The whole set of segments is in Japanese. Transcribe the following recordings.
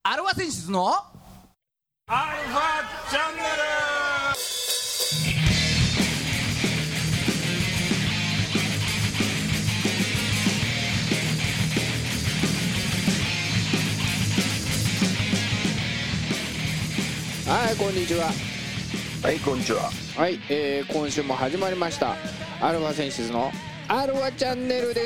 アルファ選出のアルファチャンネル。 はい、こんにちは。 はい、こんにちは。 はい、今週も始まりましたアルファセンシズのアルファチャンネルです。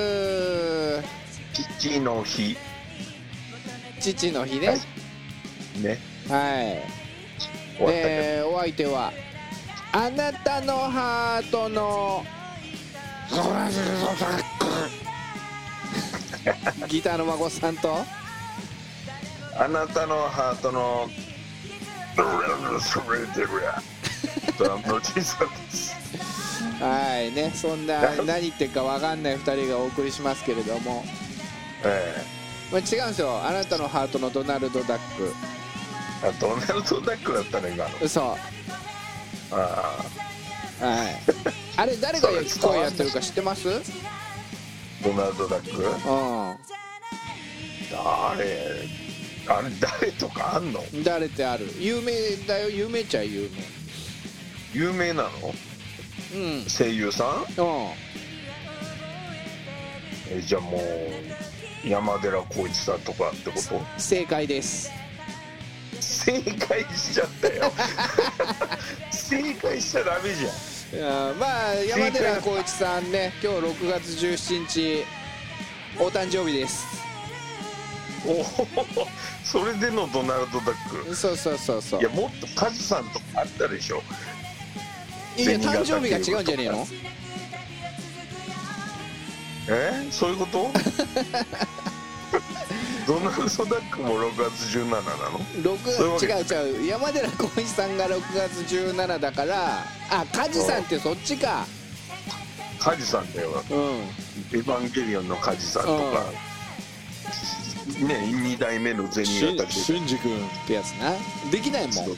父の日父の日ね。 はいね。 はい。 終わったけお相手はあなたのハートのギターの孫さんとど、あなたのハートのドラムのじいさんです。 はいね、そんな何言ってるか分かんない2人がお送りしますけれども、まあ、違うんですよ。あなたのハートのドナルド・ダック。 ドナルド・ダックだったね今の。 そう、 あはい。あれ誰が声やってるか知ってます？ ドナルド・ダック、誰とかあんの？ 誰ってある？有名だよ。有名っちゃ有有名なの？ 名。 声優さん？じゃあもう山寺宏一さんとかってこと？ 正解です。 正解しちゃったよ。正解しちゃダメじゃん。 まあ山寺宏一さんね、今日6月17日お誕生日です。 おお、それでのドナルド・ダック。 そういや、もっとカズさんとかあったでしょ。 いや、誕生日が違うんじゃねえの？ そういうこと？ドナルド・ダックも6月17なの？ 違う山寺宏一さんが6月17だから、あ、梶さんってそっちか。 梶さんだよ、エヴァンゲリオンの梶さんとか、ね、2代目の銭形シンジ君ってやつな。できないもん。 い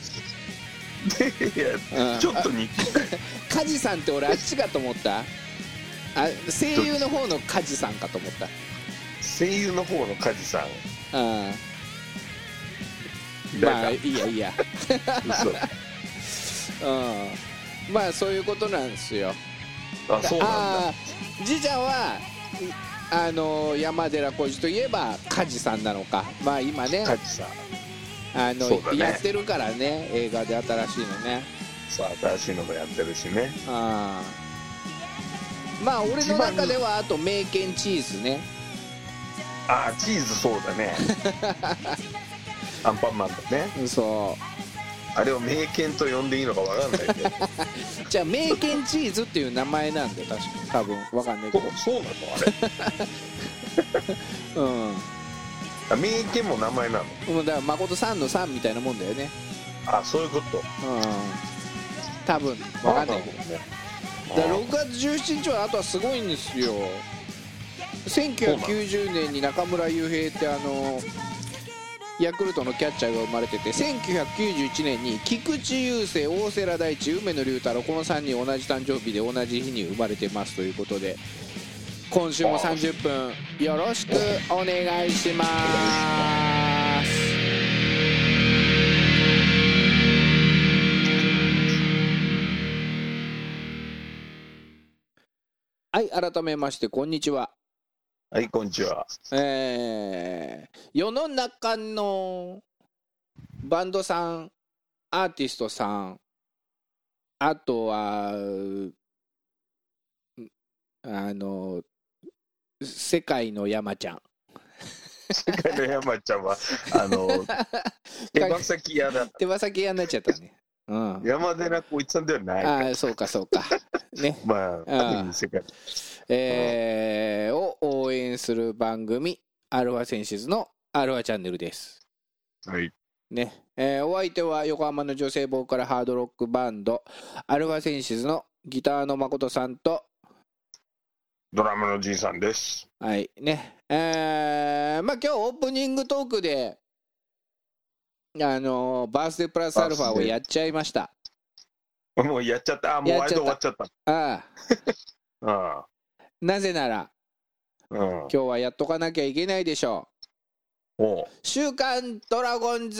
や、ちょっと似てない。 梶さんって俺あっちかと思った。声優の方の梶さんかと思った。 声優の方の梶さん。 まあいいやまあそういうことなんですよ。 そうなんだ。 じいちゃんは山寺宏一といえば梶さんなのか。まあ今ね、 梶さんね、 やってるからね、映画で新しいのね。 そう、新しいのもやってるしね。 まあ俺の中ではあと名犬チーズね。 チーズ、そうだね。アンパンマンだね。 そう、 あれを名犬と呼んでいいのかわかんないけど。 じゃあ名犬チーズっていう名前なんだよ、確かに。多分わかんないけど。 そうなのあれ。名犬も名前なの？ だから誠さんのさんみたいなもんだよね。 そういうこと。 多分わかんないけどね。だから6月17日はあとはすごいんですよ。1990年に中村悠平ってヤクルトのキャッチャーが生まれてて、1991年に菊池雄星、大瀬良大地、梅野隆太郎、この3人同じ誕生日で同じ日に生まれてますということで、今週も30分よろしくお願いします。はい、改めましてこんにちは。 はい、こんにちは。 世の中のバンドさん、アーティストさん、あとは世界の山ちゃん。 世界の山ちゃんは手羽先屋だった。 手羽先屋になっちゃったね。 山寺宏一さんではない。 そうかね。 まあ世界を応援する番組アルファセンシズのアルファチャンネルです。 はいね。お相手は横浜の女性ボーカルハードロックバンドアルファセンシズのギターの誠さんとドラムのじいさんです。 はいね。まあ今日オープニングトークでバースデープラスアルファをやっちゃいました。 もうやっちゃった。もうあれで終わっちゃった。 なぜなら、 今日はやっとかなきゃいけないでしょお週刊ドラゴンズ。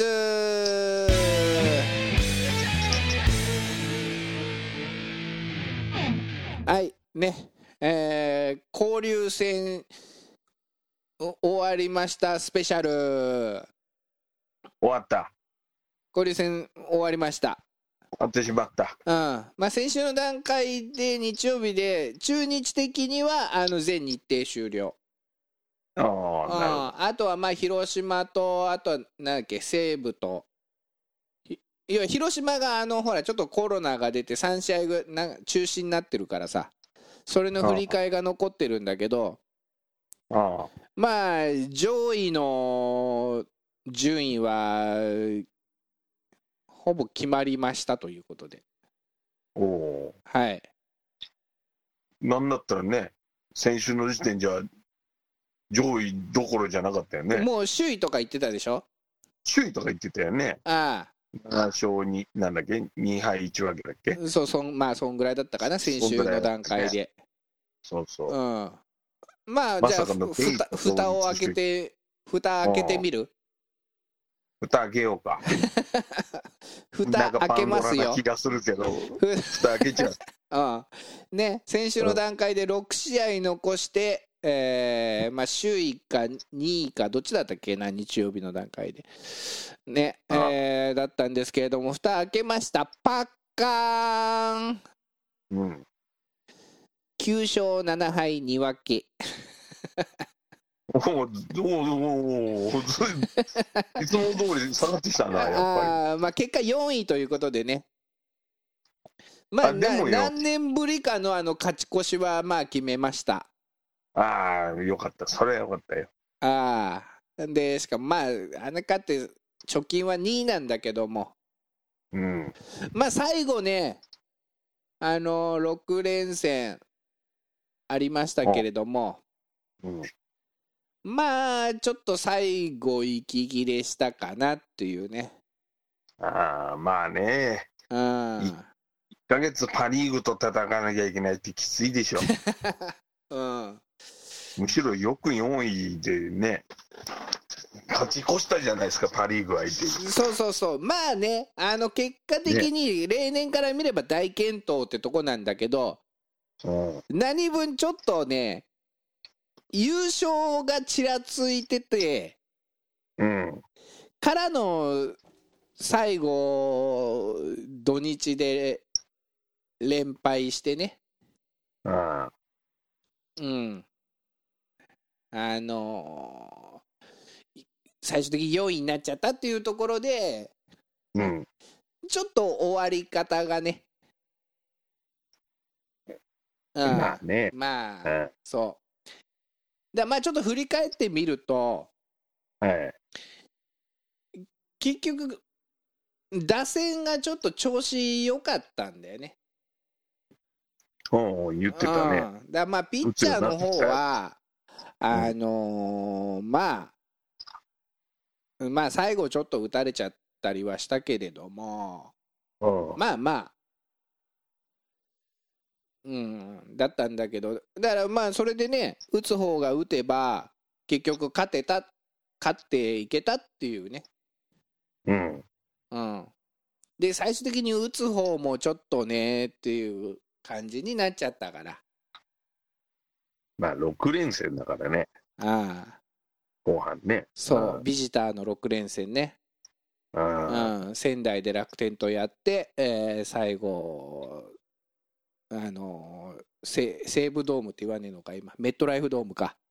はいね、交流戦終わりました。スペシャル終わった。 交流戦終わりました。 終わってしまった。 まあ、先週の段階で日曜日で中日的には全日程終了。あとはまあ広島と、あとはなんだっけ、西武と、いや広島がほらちょっとコロナが出て3試合中止になってるからさ、それの振り替えが残ってるんだけど、まあ上位の順位はほぼ決まりましたということで。はい。 なんだったらね、先週の時点じゃ上位どころじゃなかったよね。 もう首位とか言ってたでしょ。 首位とか言ってたよね。7勝2、なんだっけ、2敗1分けだっけ。 まあそんぐらいだったかな、先週の段階で。 そうそう。 まあじゃあ蓋を開けてみる。 蓋開けようか。 蓋開けますよ。 気がするけど、蓋開けちゃう。 ね、先週の段階で6試合残して、まあ首位か2位かどっちだったっけな、日曜日の段階でね、だったんですけれども、蓋開けました。パッカーン、9勝7敗2分け。いつも通り下がってきたな、やっぱり。 まあ結果4位ということでね、まあ何年ぶりかの勝ち越しはまあ決めました。 よかった、それはよかったよ。 でしかもまあ勝って貯金は2位なんだけども、まあ最後ね、6連戦ありましたけれども、まあちょっと最後息切れしたかなっていうね。 まあね、1ヶ月パ・リーグと戦わなきゃいけないってきついでしょ。むしろよく4位でね、勝ち越したじゃないですか、パ・リーグ相手に。 そう、まあね、結果的に例年から見れば大健闘ってとこなんだけど、何分ちょっとね、優勝がちらついてて、からの最後土日で連敗してね、最終的に4位になっちゃったっていうところで、ちょっと終わり方がね、そうだ、まあちょっと振り返ってみると、結局打線がちょっと調子良かったんだよね。 言ってたね。 だまあピッチャーの方はまあ最後ちょっと打たれちゃったりはしたけれども、まあだったんだけど、だからまあそれでね、打つ方が打てば結局勝っていけたっていうね。で最終的に打つ方もちょっとねっていう感じになっちゃったから。 まあ6連戦だからね。後半ね。 そう、ビジターの6連戦ね。仙台で楽天とやって、最後西武ドームって言わねえのか今、メットライフドームか、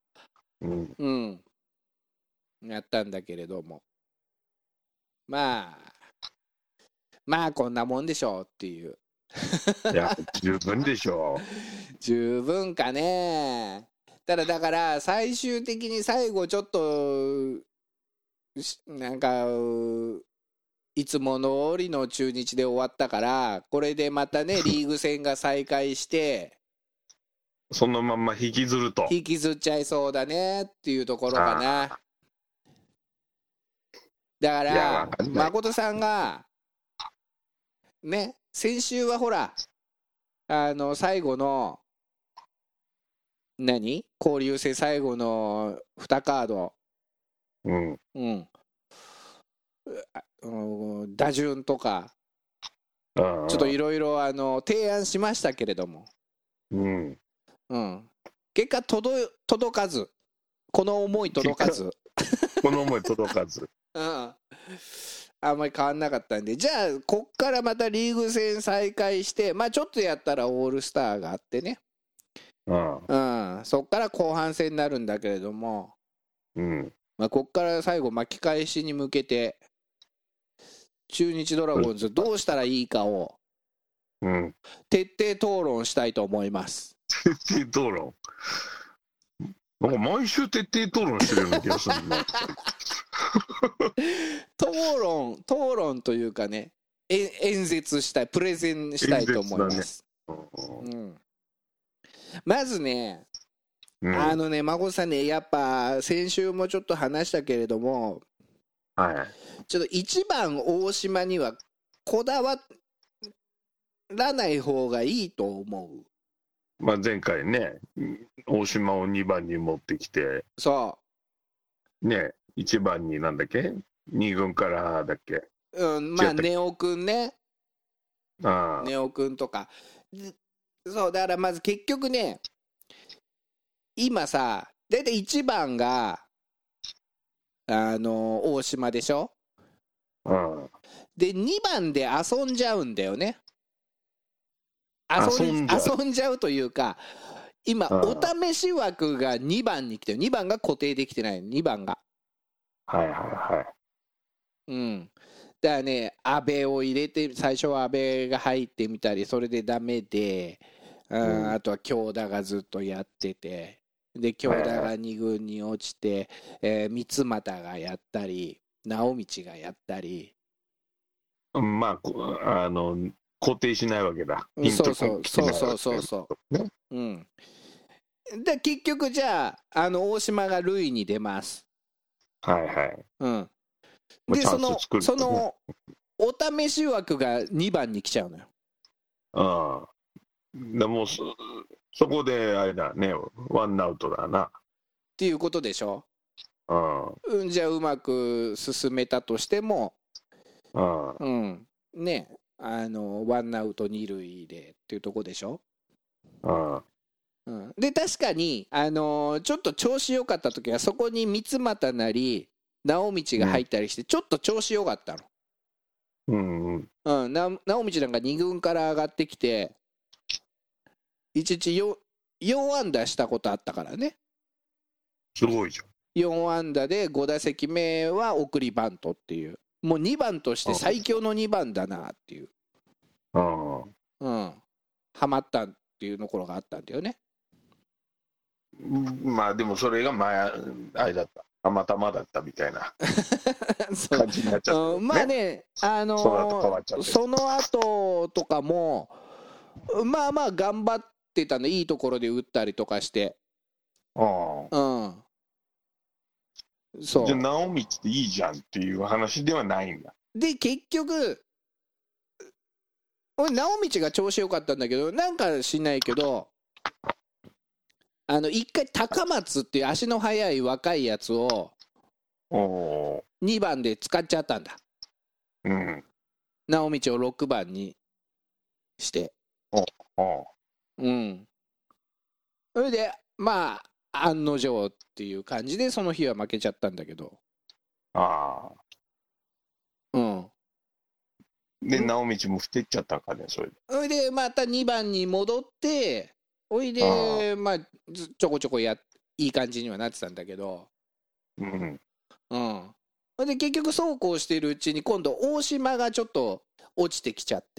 やったんだけれども、まあこんなもんでしょうっていう。 いや十分でしょう。十分かね。だから最終的に最後ちょっとなんかいつも通りの中日で終わったから、これでまたねリーグ戦が再開してそのまんま引きずるっちゃいそうだねっていうところかな。だから誠さんがね、先週はほら最後の交流戦最後の2カードうん打順とかちょっといろいろ提案しましたけれども、結果届かず、この思い届かずこの思い届かずあんまり変わんなかったんで、じゃあこっからまたリーグ戦再開して、まあちょっとやったらオールスターがあってね、そっから後半戦になるんだけれども、まあ、こっから最後巻き返しに向けて中日ドラゴンズどうしたらいいかを徹底討論したいと思います。 徹底討論、なんか毎週徹底討論してるような気がするな討論というかね、演説したい、プレゼンしたいと思います。まずね、孫さんね、やっぱ先週もちょっと話したけれども、ちょっと1番大島にはこだわらない方がいいと思う。 まあ前回ね、大島を2番に持ってきて、 そうね、1番になんだっけ、2軍からだっけ、 まあネオくんね、ネオくんとか、そうだからまず結局ね、今さだいたい1番が大島でしょ、で2番で遊んじゃうんだよね。遊んじゃうというか、今お試し枠が2番に来てる。2番が固定できてない。2番がだからね、阿部を入れて、最初は阿部が入ってみたり、それでダメで、あとは京田がずっとやってて、で京田が2軍に落ちて、三俣がやったり直道がやったり、 まあ固定しないわけだ。 で結局じゃあ大島が塁に出ます。でそのお試し枠が2番に来ちゃうのよ。 でもそこであれだね、ワンアウトだなっていうことでしょ。じゃあうまく進めたとしても、ね、ワンアウト2塁でっていうとこでしょ。で確かにちょっと調子良かった時はそこに三俣なり直道が入ったりしてちょっと調子良かったの。直道なんか2軍から上がってきて1日 4安打したことあったからね。 すごいじゃん。 4安打で5打席目は送りバントっていう、もう2番として最強の2番だなっていう、ハマったっていうところがあったんだよね。 まあでもそれが前あれだった、たまたまだったみたいな感じになっちゃった、 まあね、その後とかもまあまあ頑張ってたの、いいところで打ったりとかして。 そうじゃあ直道っていいじゃんっていう話ではないんだ。 で結局俺直道が調子良かったんだけど、なんかしないけど一回高松っていう足の速い若いやつを2番で使っちゃったんだ。直道を6番にして、それでまあ案の定っていう感じでその日は負けちゃったんだけど。 で直道もふてっちゃったかね、それで。 それでまた2番に戻って、おいでまあちょこちょこいい感じにはなってたんだけど、で結局そうこうしているうちに今度大島がちょっと落ちてきちゃって、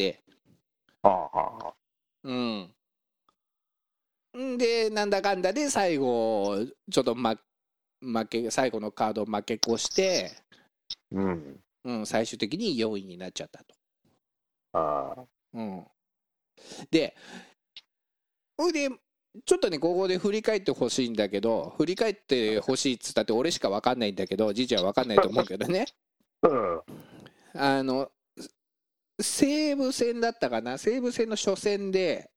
でなんだかんだで最後ちょっと最後のカード負け越して、最終的に4位になっちゃったと。でそれでちょっとねここで振り返ってほしいんだけど、振り返ってほしいっつったって俺しか分かんないんだけど、じいちゃん分かんないと思うけどね西武戦だったかな、西武戦の初戦で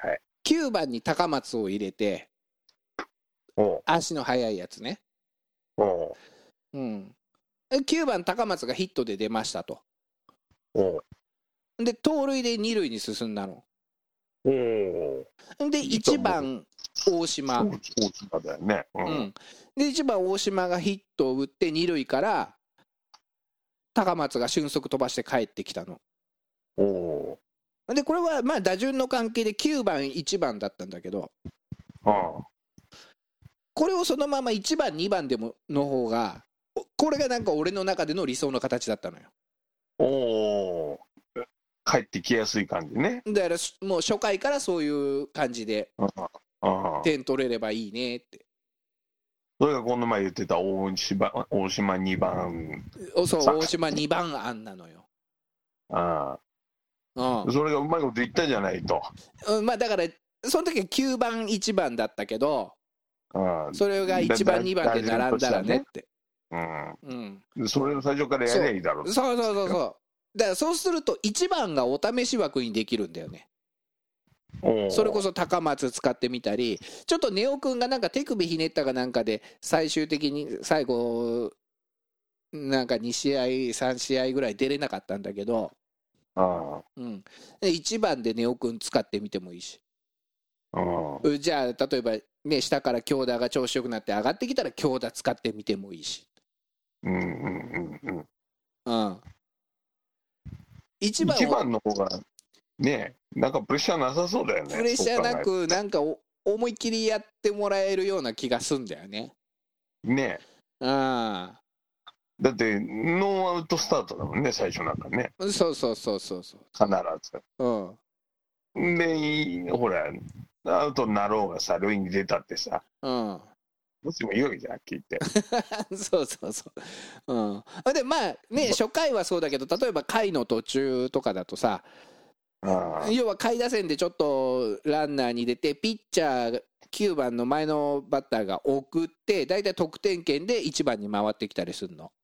9番に高松を入れて、足の速いやつね。 おうん、9番高松がヒットで出ましたと。 おで盗塁で2塁に進んだの。 おで1番大島、 大島だよね、 うん、で1番大島がヒットを打って2塁から高松が俊足飛ばして帰ってきたの。 おでこれはまあ打順の関係で9番1番だったんだけど、これをそのまま1番2番でもの方が、これがなんか俺の中での理想の形だったのよ。 おお、帰ってきやすい感じね。 だからもう初回からそういう感じで点取れればいいねって。 それがこの前言ってた大島2番。 そう、大島2番案なのよ。 それがうまいこと言ったじゃないと。 まあだからその時は9番1番だったけど、それが1番2番で並んだらねって。それを最初からやりゃいいだろう。そうだからそうすると1番がお試し枠にできるんだよね。それこそ高松使ってみたり、ちょっと根尾君がなんか手首ひねったかなんかで最終的に最後なんか2試合3試合ぐらい出れなかったんだけど、1番で根尾君使ってみてもいいし、じゃあ例えばね下から強打が調子よくなって上がってきたら強打使ってみてもいいし、 1番の方がね、なんかプレッシャーなさそうだよね。 プレッシャーなくなんか思いっきりやってもらえるような気がすんだよね。 ねえ。だってノーアウトスタートだもんね、最初なんかね。 そう必ず。でほらアウトになろうがさ、塁に出たってさ、どっちもいいわけじゃん、聞いて。 でまあね、初回はそうだけど、例えば回の途中とかだとさ、要は下位打線でちょっとランナーに出てピッチャー9番の前のバッターが送ってだいたい得点圏で1番に回ってきたりするの。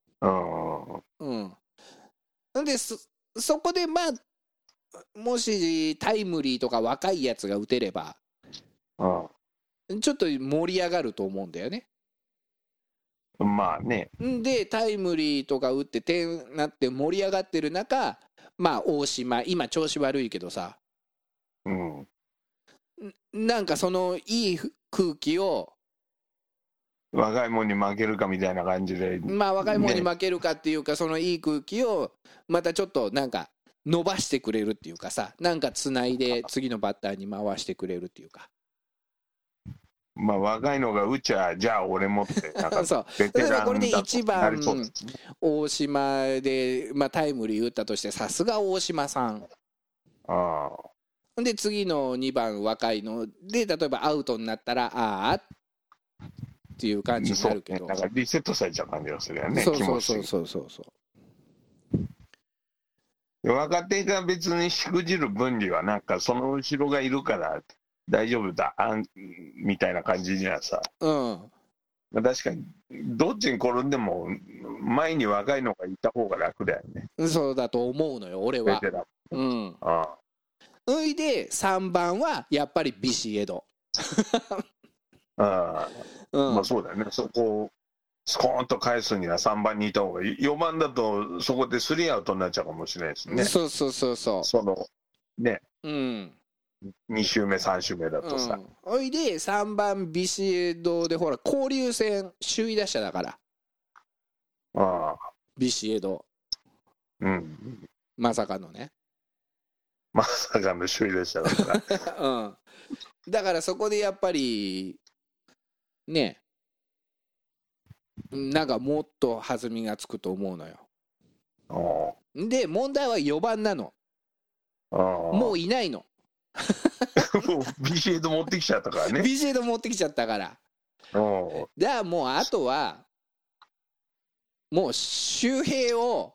で そこでまあもしタイムリーとか若いやつが打てればちょっと盛り上がると思うんだよね。 まあね。 でタイムリーとか打って点なって盛り上がってる中、まあ大島今調子悪いけどさ、なんかそのいい空気を若いもんに負けるかみたいな感じで、 まあ若いもんに負けるかっていうか、そのいい空気をまたちょっとなんか伸ばしてくれるっていうかさ、なんかつないで次のバッターに回してくれるっていうか、 まあ若いのが打っちゃじゃあ俺もってなんかそう例えばこれで1番大島で、まあ、タイムリー打ったとして、さすが大島さん。で次の2番若いので例えばアウトになったらああっていう感じになるけど、 なんかリセットされちゃう感じがするよね。若手が別にしくじる分離はなんかその後ろがいるから大丈夫だみたいな感じにはさ、確かにどっちに転んでも前に若いのがいた方が楽だよね。 そうだと思うのよ俺は。それで3番はやっぱりビシエド。 まあそうだよね。そこをスコーンと返すには3番にいた方がいい。4番だとそこで3アウトになっちゃうかもしれないですね。 そのね、2周目3周目だとさ。 おいで3番ビシエドでほら交流戦首位打者だから、ビシエド、まさかのね、 まさかの首位打者だから、 だからそこでやっぱりね、なんかもっと弾みがつくと思うのよ。で問題は4番なの。もういないの。 ビシエド持ってきちゃったからね。 ビシエド持ってきちゃったから。だからもうあとはもう周平を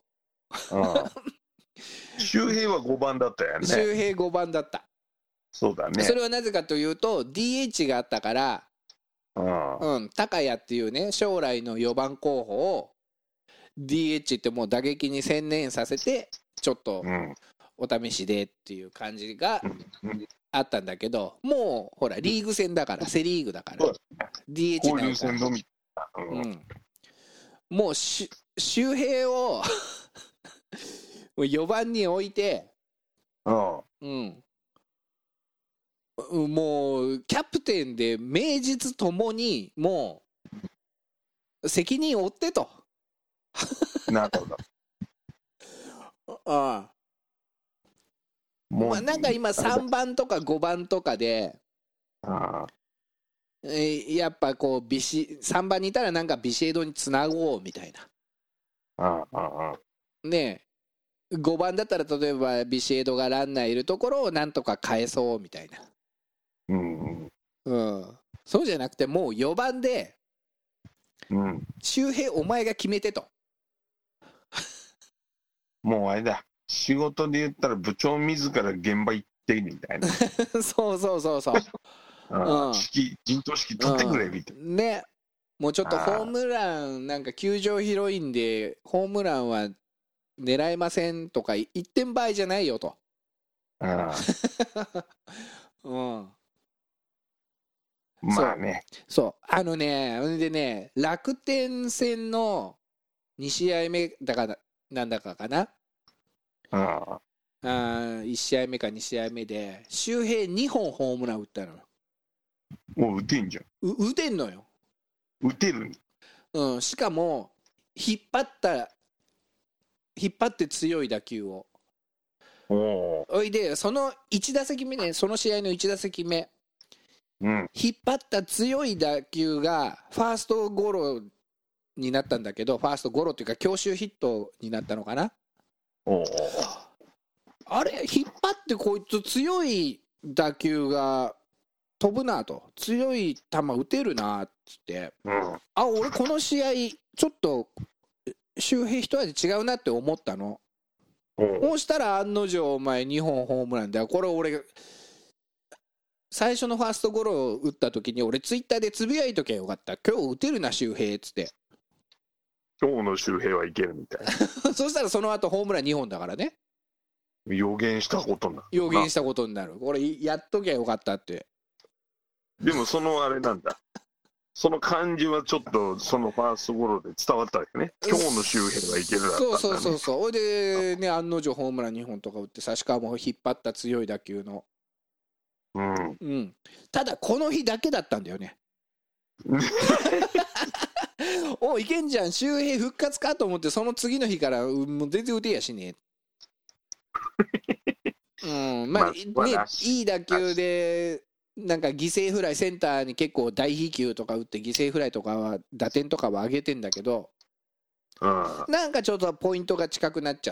周平は5番だったよね。 周平5番だった。 そうだね。 それはなぜかというと DH があったから、高谷っていうね将来の4番候補を DH ってもう打撃に専念させてちょっとお試しでっていう感じがあったんだけど、もうほらリーグ戦だから、セリーグだから DH 交流戦のみうん、もう周平を4番に置いて、うん、もうキャプテンで名実ともにもう責任を負ってと。 なるほど。 ああ、まあ、なんか今3番とか5番とかで、やっぱこう3番にいたらなんかビシエドにつなごうみたいな。ねえ、5番だったら例えばビシエドがランナーいるところをなんとか返そうみたいな。そうじゃなくてもう4番で、周平お前が決めてと。 もうあれだ、仕事で言ったら部長自ら現場行ってみたいな。 そうそうそうそう。 陣頭指揮取ってくれみたいな。 ね、もうちょっとホームランなんか球場広いんでホームランは狙えませんとか言ってん場合じゃないよと。 まあね。 そうでね、楽天戦の2試合目だからなんだかかな。1試合目か2試合目で周平2本ホームラン打ったのよ。 もう打てんじゃん。 打てんのよ。 打てる。 しかも引っ張って強い打球を。おいでその1打席目ね、その試合の1打席目、引っ張った強い打球がファーストゴロになったんだけど、ファーストゴロっていうか強襲ヒットになったのかな。あれ引っ張ってこいつ強い打球が飛ぶなと、強い球打てるなっつって、俺この試合ちょっと周平一味違うなって思ったの。そうしたら案の定お前2本ホームランだよ。これ俺最初のファーストゴロを打った時に俺ツイッターでつぶやいときゃよかった。今日打てるな周平っつって。 今日の周平はいけるみたいな。 そしたらその後ホームラン2本だからね。 予言したことになる。 予言したことになる。これやっときゃよかったって。 でもそのあれなんだ。その感じはちょっとそのファーストゴロで伝わったわけね。今日の周平はいけるだったんだ、ね。 そう。それでね、案の定ホームラン2本とか打ってさ、しかも引っ張った強い打球の。ただこの日だけだったんだよね。おいけんじゃん周平復活かと思って、その次の日からもう全然打てやしねえ。まあね、いい打球でなんか犠牲フライ、センターに結構大飛球とか打って犠牲フライとかは打点とかは上げてんだけど、なんかちょっとポイントが近くなっちゃって、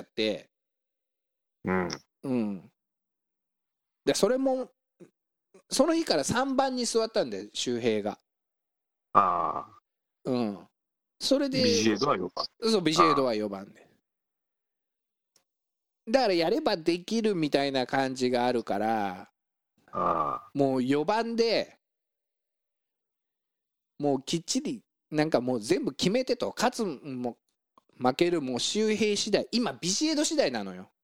でそれもその日から3番に座ったんで周平が。それでビシエドは4番。 そう、ビシエドは4番で。だからやればできるみたいな感じがあるから、もう4番でもうきっちりなんかもう全部決めてと、勝つも負けるも周平次第、今ビシエド次第なのよ。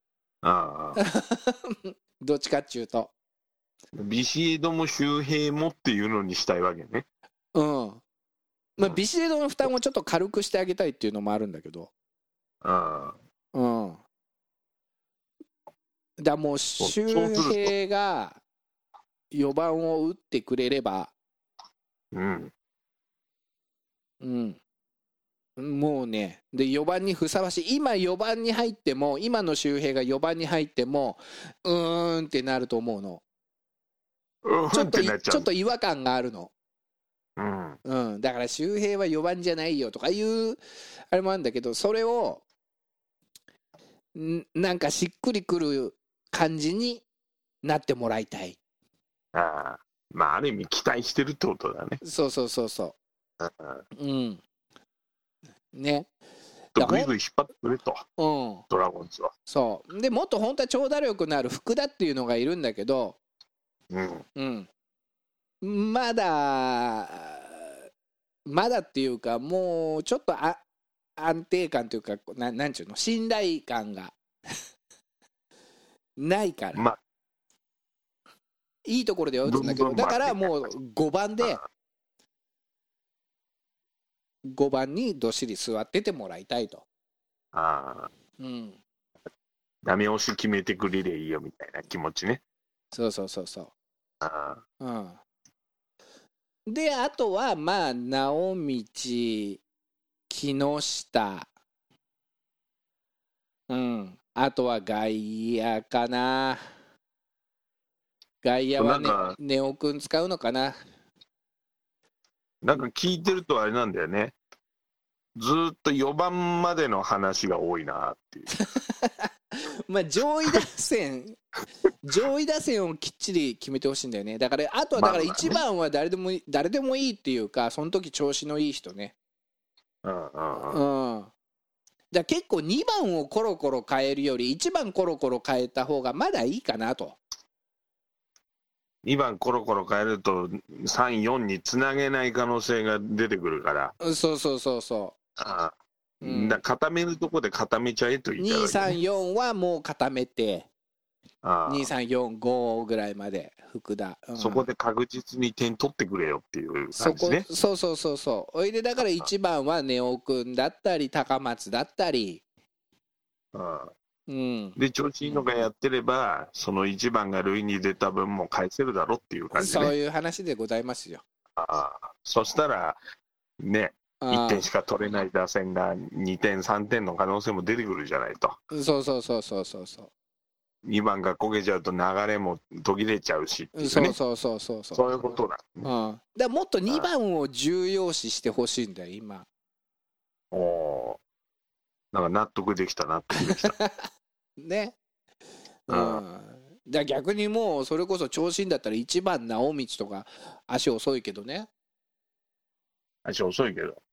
どっちかっちゅうとビシエドも周平もっていうのにしたいわけね。 まあ、ビシエドの負担をちょっと軽くしてあげたいっていうのもあるんだけど、だもう周平が4番を打ってくれれば、もうね、で4番にふさわしい、今4番に入っても、今の周平が4番に入ってもってなると思うの。ちょっと違和感があるの。だから周平は4番じゃないよとかいうあれもあるんだけど、それをなんかしっくりくる感じになってもらいたい。 まあある意味期待してるってことだね。 そうね。 ぐいぐい引っ張ってくれと、ドラゴンズは。 そうで、もっと本当は長打力のある福田っていうのがいるんだけど、まだっていうか、もうちょっと安定感というか、なんちゅうの、信頼感がないから、いいところでは打つんだけど、だからもう5番で 5番にどっしり座っててもらいたいと。 ああ、 うん、 ダメ押し決めてくれりゃいいよみたいな気持ちね。 そうそうそうそう。 ああ、うん、であとはまあ直道、木下、うん、あとは外野かな。外野はね、ネオくん使うのかな。 なんか聞いてるとあれなんだよね。ずっと4番までの話が多いなっていう。 まあ上位打線をきっちり決めてほしいんだよね。だからあとはだから1番は誰でもいいっていうか、その時調子のいい人ね。うん。だ結構2番をコロコロ変えるより1番コロコロ変えた方がまだいいかなと。 2番コロコロ変えると3、4につなげない可能性が出てくるから。 そうそうそうそう。 ああ、うん、だ固めるとこで固めちゃえと言ったらいい、ね、 2、3、4はもう固めて、2、3、4、5ぐらいまで福田、 うん、そこで確実に点取ってくれよっていう感じね。 そうそうそうそう。おいでだから1番は根尾君だったり高松だったり、うん、 で調子いいのがやってればその1番が塁に出た分も返せるだろっていう感じね。 そういう話でございますよ。 そしたらね、1点しか取れない打線が2点3点の可能性も出てくるじゃないと。 そうそうそうそうそうそう。 2番が焦げちゃうと流れも途切れちゃうし、ね、 そうそうそうそうそう。 そういうことだ、ね。 だからもっと2番を重要視してほしいんだよ今。 なんか納得できたね。だ逆にもうそれこそ長身だったら1番直道とか足遅いけどね。 足遅いけど。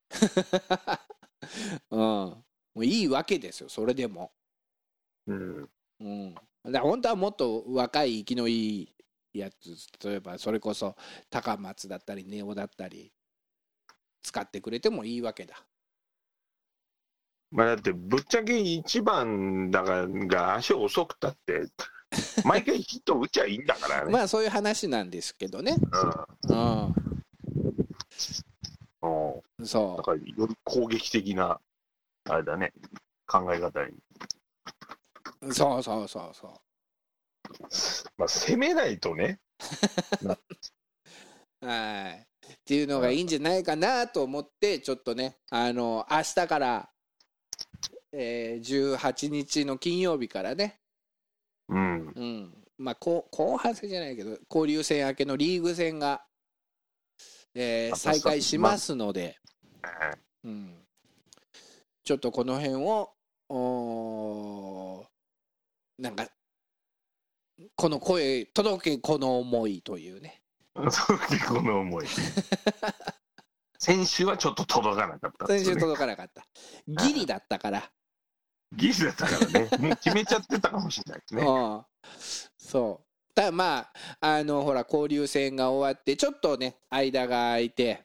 もういいわけですよそれでも。だから本当はもっと若い生きのいいやつ、例えばそれこそ高松だったり根尾だったり使ってくれてもいいわけだ。 まあだってぶっちゃけ1番だが足遅くたって毎回ヒット打っちゃいいんだからね。 まあそういう話なんですけどね。そうだからより攻撃的なあれだね、考え方に。 そうそうそうそう。 まあ攻めないとね。 はい。っていうのがいいんじゃないかなと思ってちょっとね、明日から、18日の金曜日からね。まあ後半戦じゃないけど交流戦明けのリーグ戦が、再開しますので、ちょっとこの辺をなんかこの声届けこの思いというね。 届けこの思い。先週はちょっと届かなかった、 先週届かなかった。ギリだったから。 ギリだったからね。もう決めちゃってたかもしれないですね。 そう。ただまあほら交流戦が終わってちょっとね間が空いて、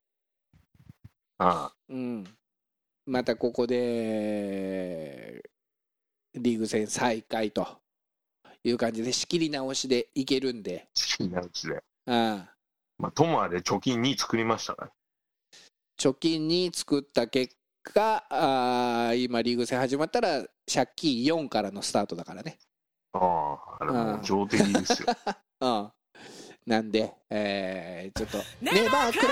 またここでリーグ戦再開という感じで仕切り直しでいけるんで。 仕切り直しで。まあともあれ貯金2作りましたから。 貯金2作った結果今リーグ戦始まったら借金4からのスタートだからね。 あれもう上出来ですよ。 なんで、ちょっとネバークライ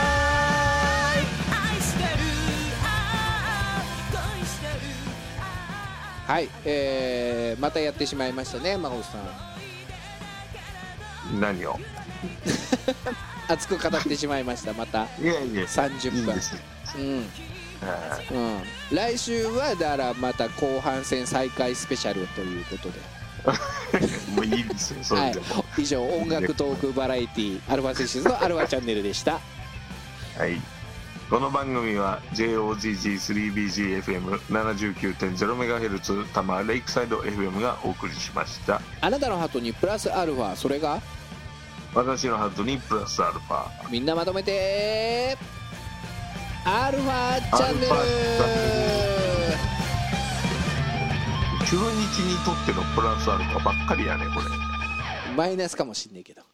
はい、またやってしまいましたね真帆さん。何を熱く語ってしまいました。また30分。来週はだからまた後半戦再開スペシャルということでもういいですよそれでも、 以上音楽トークバラエティアルファセッションズのアルファチャンネルでした。 はい、この番組は JOZZ3BGFM79.0MHz 多摩レイクサイド FM がお送りしました。 あなたのハートにプラスアルファ、それが私のハートにプラスアルファ、 みんなまとめてアルファチャンネル。 中日にとってのプラスアルファばっかりやねこれ。 マイナスかもしんねえけど